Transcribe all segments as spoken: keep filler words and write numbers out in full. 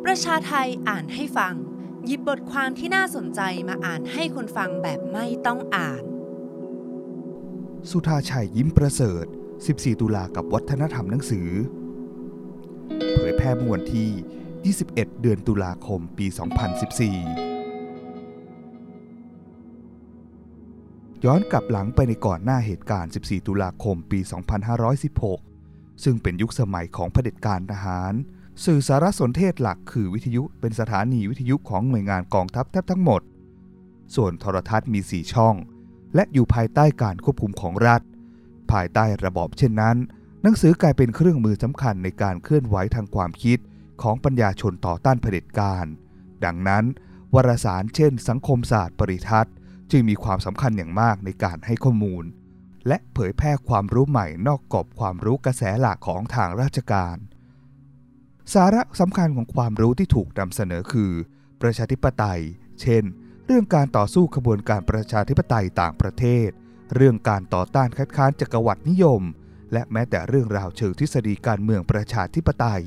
ประชาไทยอ่านให้ฟังหยิบบทความที่น่าสนใจมาอ่านให้คนฟังแบบไม่ต้องอ่านสุธาชัยยิ้มประเสริฐสิบสี่ตุลากับวัฒนธรรมหนังสือเผยแพร่เมื่อวันที่ยี่สิบเอ็ดเดือนตุลาคมปีสองพันสิบสี่ย้อนกลับหลังไปในก่อนหน้าเหตุการณ์สิบสี่ตุลาคมปีสองพันห้าร้อยสิบหกซึ่งเป็นยุคสมัยของเผด็จการทหารสื่อสารสนเทศหลักคือวิทยุเป็นสถานีวิทยุของหน่วยงานกองทัพแทบทั้งหมดส่วนโทรทัศน์มีสี่ช่องและอยู่ภายใต้การควบคุมของรัฐภายใต้ระบอบเช่นนั้นหนังสือกลายเป็นเครื่องมือสำคัญในการเคลื่อนไหวทางความคิดของปัญญาชนต่อต้านเผด็จการดังนั้นวารสารเช่นสังคมศาสตร์ปริทัศน์จึงมีความสำคัญอย่างมากในการให้ข้อมูลและเผยแพร่ความรู้ใหม่นอกกรอบความรู้กระแสหลักของทางราชการสาระสำคัญของความรู้ที่ถูกนำเสนอคือประชาธิปไตยเช่นเรื่องการต่อสู้ขบวนการประชาธิปไตยต่างประเทศเรื่องการต่อต้านคัดค้านจักรวรรดินิยมและแม้แต่เรื่องราวเชิงทฤษฎีการเมืองประชาธิปไตย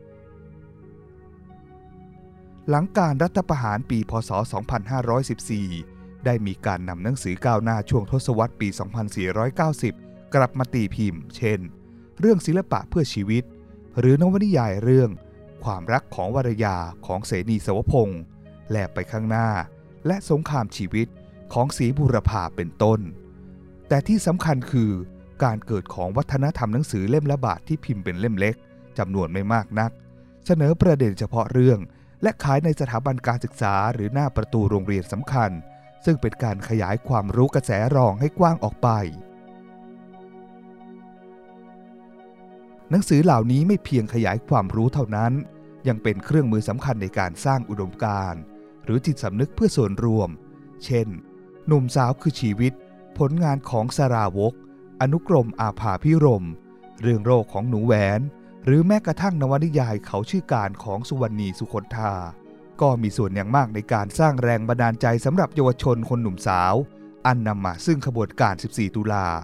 หลังการรัฐประหารปีพ.ศ. สองพันห้าร้อยสิบสี่ได้มีการนำหนังสือก้าวหน้าช่วงทศวรรษปี สองพันสี่ร้อยเก้าสิบ กลับมาตีพิมพ์เช่นเรื่องศิลปะเพื่อชีวิตหรือนวนิยายเรื่องความรักของวรยาของเสนีสวพงษ์แลบไปข้างหน้าและสงครามชีวิตของศรีบูรพาเป็นต้นแต่ที่สำคัญคือการเกิดของวัฒนธรรมหนังสือเล่มละบาทที่พิมพ์เป็นเล่มเล็กจำนวนไม่มากนักเสนอประเด็นเฉพาะเรื่องและขายในสถาบันการศึกษาหรือหน้าประตูโรงเรียนสำคัญซึ่งเป็นการขยายความรู้กระแสรองให้กว้างออกไปหนังสือเหล่านี้ไม่เพียงขยายความรู้เท่านั้นยังเป็นเครื่องมือสำคัญในการสร้างอุดมการณ์หรือจิตสำนึกเพื่อส่วนรวมเช่นหนุ่มสาวคือชีวิตผลงานของสราวกอนุกรมอาภาพิรมย์เรื่องโรคของหนูแหวนหรือแม้กระทั่งนวนิยายเขาชื่อการของสุวรรณีสุคนธาก็มีส่วนอย่างมากในการสร้างแรงบันดาลใจสำหรับเยาวชนคนหนุ่มสาวอันนำมาซึ่งขบวนการสิบสี่ตุลา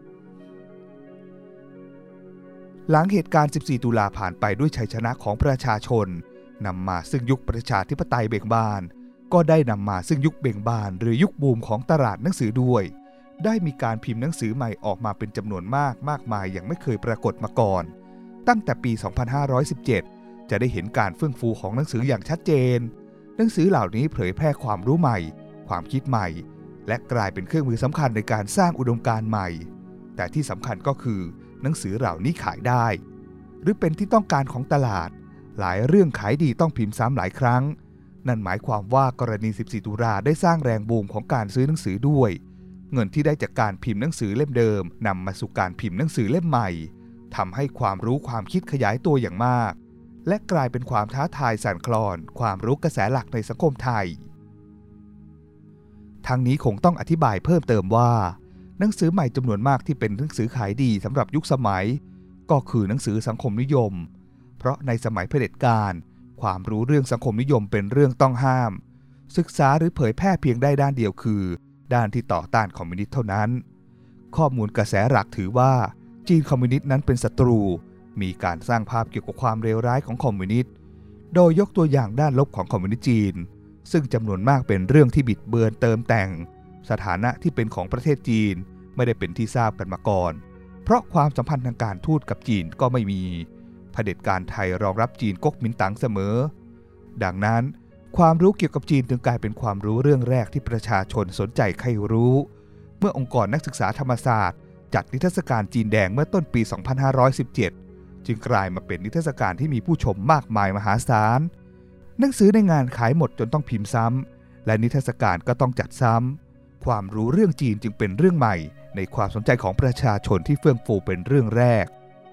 หลังเหตุการณ์สิบสี่ตุลาผ่านไปด้วยชัยชนะของประชาชนนำมาซึ่งยุคประชาธิปไตยเบ่งบานก็ได้นำมาซึ่งยุคเบ่งบานหรือยุคบูมของตลาดหนังสือด้วยได้มีการพิมพ์หนังสือใหม่ออกมาเป็นจำนวนมากมากมายอย่างไม่เคยปรากฏมาก่อนตั้งแต่ปี สองพันห้าร้อยสิบเจ็ด จะได้เห็นการเฟื่องฟูของหนังสืออย่างชัดเจนหนังสือเหล่านี้เผยแพร่ความรู้ใหม่ความคิดใหม่และกลายเป็นเครื่องมือสำคัญในการสร้างอุดมการณ์ใหม่แต่ที่สำคัญก็คือหนังสือเหล่านี้ขายได้หรือเป็นที่ต้องการของตลาดหลายเรื่องขายดีต้องพิมพ์ซ้ำหลายครั้งนั่นหมายความว่ากรณีสิบสี่ตุลาได้สร้างแรงบูมของการซื้อหนังสือด้วยเงินที่ได้จากการพิมพ์หนังสือเล่มเดิมนำมาสู่การพิมพ์หนังสือเล่มใหม่ทำให้ความรู้ความคิดขยายตัวอย่างมากและกลายเป็นความท้าทายสั่นคลอนความรู้กระแสหลักในสังคมไทยทั้งนี้คงต้องอธิบายเพิ่มเติมว่าหนังสือใหม่จำนวนมากที่เป็นหนังสือขายดีสำหรับยุคสมัยก็คือหนังสือสังคมนิยมเพราะในสมัยเผด็จการความรู้เรื่องสังคมนิยมเป็นเรื่องต้องห้ามศึกษาหรือเผยแพร่เพียงได้ด้านเดียวคือด้านที่ต่อต้านคอมมิวนิสต์เท่านั้นข้อมูลกระแสหลักถือว่าจีนคอมมิวนิสต์นั้นเป็นศัตรูมีการสร้างภาพเกี่ยวกับความเลวร้ายของคอมมิวนิสต์โดยยกตัวอย่างด้านลบของคอมมิวนิสต์จีนซึ่งจำนวนมากเป็นเรื่องที่บิดเบือนเติมแต่งสถานะที่เป็นของประเทศจีนไม่ได้เป็นที่ทราบกันมาก่อนเพราะความสัมพันธ์ทางการทูตกับจีนก็ไม่มีเผด็จการไทยรองรับจีนก๊กมินตั๋งเสมอดังนั้นความรู้เกี่ยวกับจีนจึงกลายเป็นความรู้เรื่องแรกที่ประชาชนสนใจใครรู้เมื่อองค์กรนักศึกษาธรรมศาสตร์จัดนิทรรศการจีนแดงเมื่อต้นปี สองพันห้าร้อยสิบเจ็ด จึงกลายมาเป็นนิทรรศการที่มีผู้ชมมากมายมหาศาลหนังสือในงานขายหมดจนต้องพิมพ์ซ้ำและนิทรรศการก็ต้องจัดซ้ำความรู้เรื่องจีนจึงเป็นเรื่องใหม่ในความสนใจของประชาชนที่เฟื่องฟูเป็นเรื่องแรก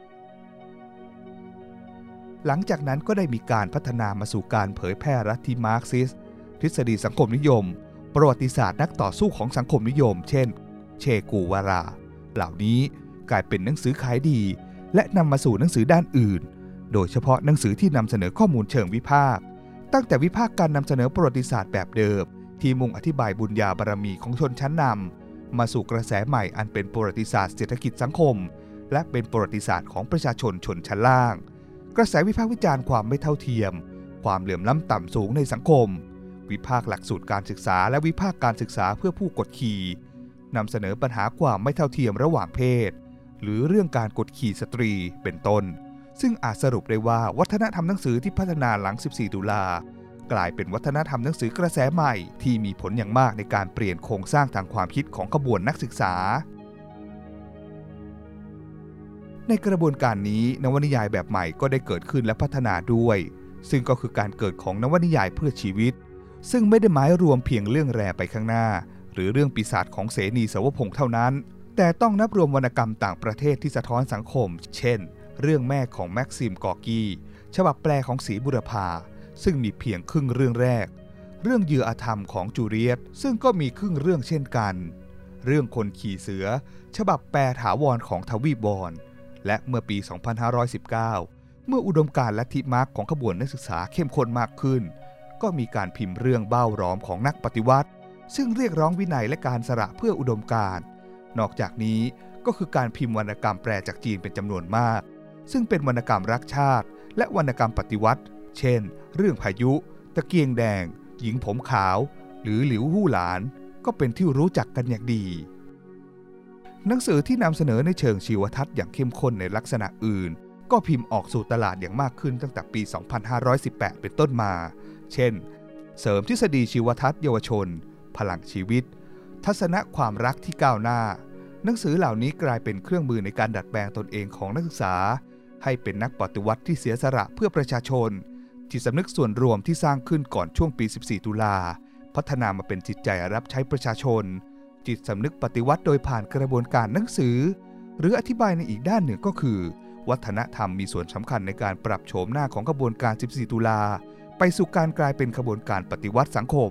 หลังจากนั้นก็ได้มีการพัฒนามาสู่การเผยแพร่ลัทธิมาร์กซิสต์ทฤษฎีสังคมนิยมประวัติศาสตร์นักต่อสู้ของสังคมนิยมเช่นเชกูวาราเหล่านี้กลายเป็นหนังสือขายดีและนำมาสู่หนังสือด้านอื่นโดยเฉพาะหนังสือที่นำเสนอข้อมูลเชิงวิพากษ์ตั้งแต่วิพากษ์การนำเสนอประวัติศาสตร์แบบเดิมที่มุ่งอธิบายบุญญาบารมีของชนชั้นนำมาสู่กระแสใหม่อันเป็นประวัติศาสตร์เศรษฐกิจสังคมและเป็นประวัติศาสตร์ของประชาชนชนชั้นล่างกระแสวิพากษ์วิจารณ์ความไม่เท่าเทียมความเหลื่อมล้ำต่ำสูงในสังคมวิพากษ์หลักสูตรการศึกษาและวิพากษ์การศึกษาเพื่อผู้กดขี่นำเสนอปัญหาความไม่เท่าเทียมระหว่างเพศหรือเรื่องการกดขี่สตรีเป็นต้นซึ่งอาจสรุปได้ว่าวัฒนธรรมหนังสือที่พัฒนาหลังสิบสี่ตุลากลายเป็นวัฒนธรรมหนังสือกระแสใหม่ที่มีผลอย่างมากในการเปลี่ยนโครงสร้างทางความคิดของขบวนนักศึกษาในกระบวนการนี้นวนิยายแบบใหม่ก็ได้เกิดขึ้นและพัฒนาด้วยซึ่งก็คือการเกิดของนวนิยายเพื่อชีวิตซึ่งไม่ได้หมายรวมเพียงเรื่องแร่ไปข้างหน้าหรือเรื่องปีศาจของเสนีสวพงษ์เท่านั้นแต่ต้องนับรวมวรรณกรรมต่างประเทศที่สะท้อนสังคมเช่นเรื่องแม่ของแม็กซิมกอร์กี้ฉบับแปลของศรีบุรพาซึ่งมีเพียงครึ่งเรื่องแรกเรื่องเหยื่ออาธรรมของจูเลียตซึ่งก็มีครึ่งเรื่องเช่นกันเรื่องคนขี่เสือฉบับแปลถาวรของทวีปบอนและเมื่อปี สองพันห้าร้อยสิบเก้า เมื่ออุดมการณ์ลัทธิมาร์กของขบวนนักศึกษาเข้มข้นมากขึ้นก็มีการพิมพ์เรื่องเบ้าร้อมของนักปฏิวัติซึ่งเรียกร้องวินัยและการสละเพื่ออุดมการณ์นอกจากนี้ก็คือการพิมพ์วรรณกรรมแปลจากจีนเป็นจำนวนมากซึ่งเป็นวรรณกรรมรักชาติและวรรณกรรมปฏิวัติเช่นเรื่องพายุตะเกียงแดงหญิงผมขาวหรือหลิวหู่หลานก็เป็นที่รู้จักกันอย่างดีหนังสือที่นำเสนอในเชิงชีวทัศน์อย่างเข้มข้นในลักษณะอื่นก็พิมพ์ออกสู่ตลาดอย่างมากขึ้นตั้งแต่ปี สองพันห้าร้อยสิบแปด เป็นต้นมาเช่นเสริมทฤษฎีชีวทัศน์เยาวชนพลังชีวิตทัศนะความรักที่ก้าวหน้าหนังสือเหล่านี้กลายเป็นเครื่องมือในการดัดแปลงตนเองของนักศึกษาให้เป็นนักปฏิวัติที่เสียสละเพื่อประชาชนจิตสำนึกส่วนรวมที่สร้างขึ้นก่อนช่วงปี สิบสี่ ตุลาพัฒนามาเป็นจิตใจรับใช้ประชาชนจิตสำนึกปฏิวัติโดยผ่านกระบวนการหนังสือหรืออธิบายในอีกด้านหนึ่งก็คือวัฒนธรรมมีส่วนสำคัญในการปรับโฉมหน้าของกระบวนการ สิบสี่ ตุลาไปสู่การกลายเป็นกระบวนการปฏิวัติสังคม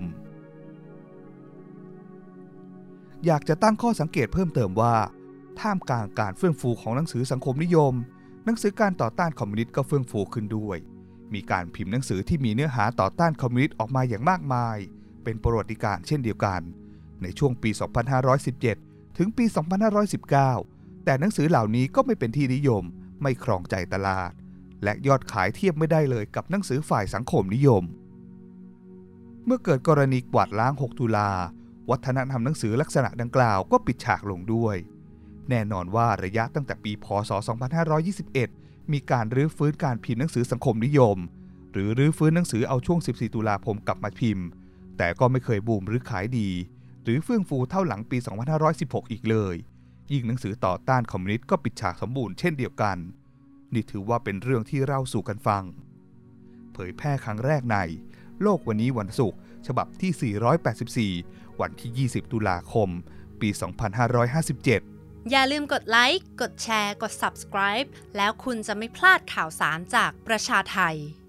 อยากจะตั้งข้อสังเกตเพิ่มเติมว่าท่ามกลางการเฟื่องฟูของหนังสือสังคมนิยมหนังสือการต่อต้านคอมมิวนิสต์ก็เฟื่องฟูขึ้นด้วยมีการพิมพ์หนังสือที่มีเนื้อหาต่อต้านคอมมิวนิสต์ออกมาอย่างมากมายเป็นประวัติการณ์เช่นเดียวกันในช่วงปี สองพันห้าร้อยสิบเจ็ด ถึงปี สองพันห้าร้อยสิบเก้า แต่หนังสือเหล่านี้ก็ไม่เป็นที่นิยมไม่ครองใจตลาดและยอดขายเทียบไม่ได้เลยกับหนังสือฝ่ายสังคมนิยมเมื่อเกิดกรณีกวาดล้าง หก ตุลาวัฒนธรรมหนังสือลักษณะดังกล่าวก็ปิดฉากลงด้วยแน่นอนว่าระยะตั้งแต่ปีพ.ศ. สองพันห้าร้อยยี่สิบเอ็ดมีการรื้อฟื้นการพิมพ์หนังสือสังคมนิยมหรือรื้อฟื้นหนังสือเอาช่วง สิบสี่ ตุลาคมกลับมาพิมพ์แต่ก็ไม่เคยบูมหรือขายดีหรือเฟื่องฟูเท่าหลังปี สองพันห้าร้อยสิบหก อีกเลยยิ่งหนังสือต่อต้านคอมมิวนิสต์ก็ปิดฉากสมบูรณ์เช่นเดียวกันนี่ถือว่าเป็นเรื่องที่เล่าสู่กันฟังเผยแพร่ครั้งแรกในโลกวันนี้วันศุกร์ฉบับที่ สี่ร้อยแปดสิบสี่ วันที่ ยี่สิบ ตุลาคม ปี สองพันห้าร้อยห้าสิบเจ็ดอย่าลืมกดไลค์ กดแชร์ กด Subscribe แล้วคุณจะไม่พลาดข่าวสารจากประชาไท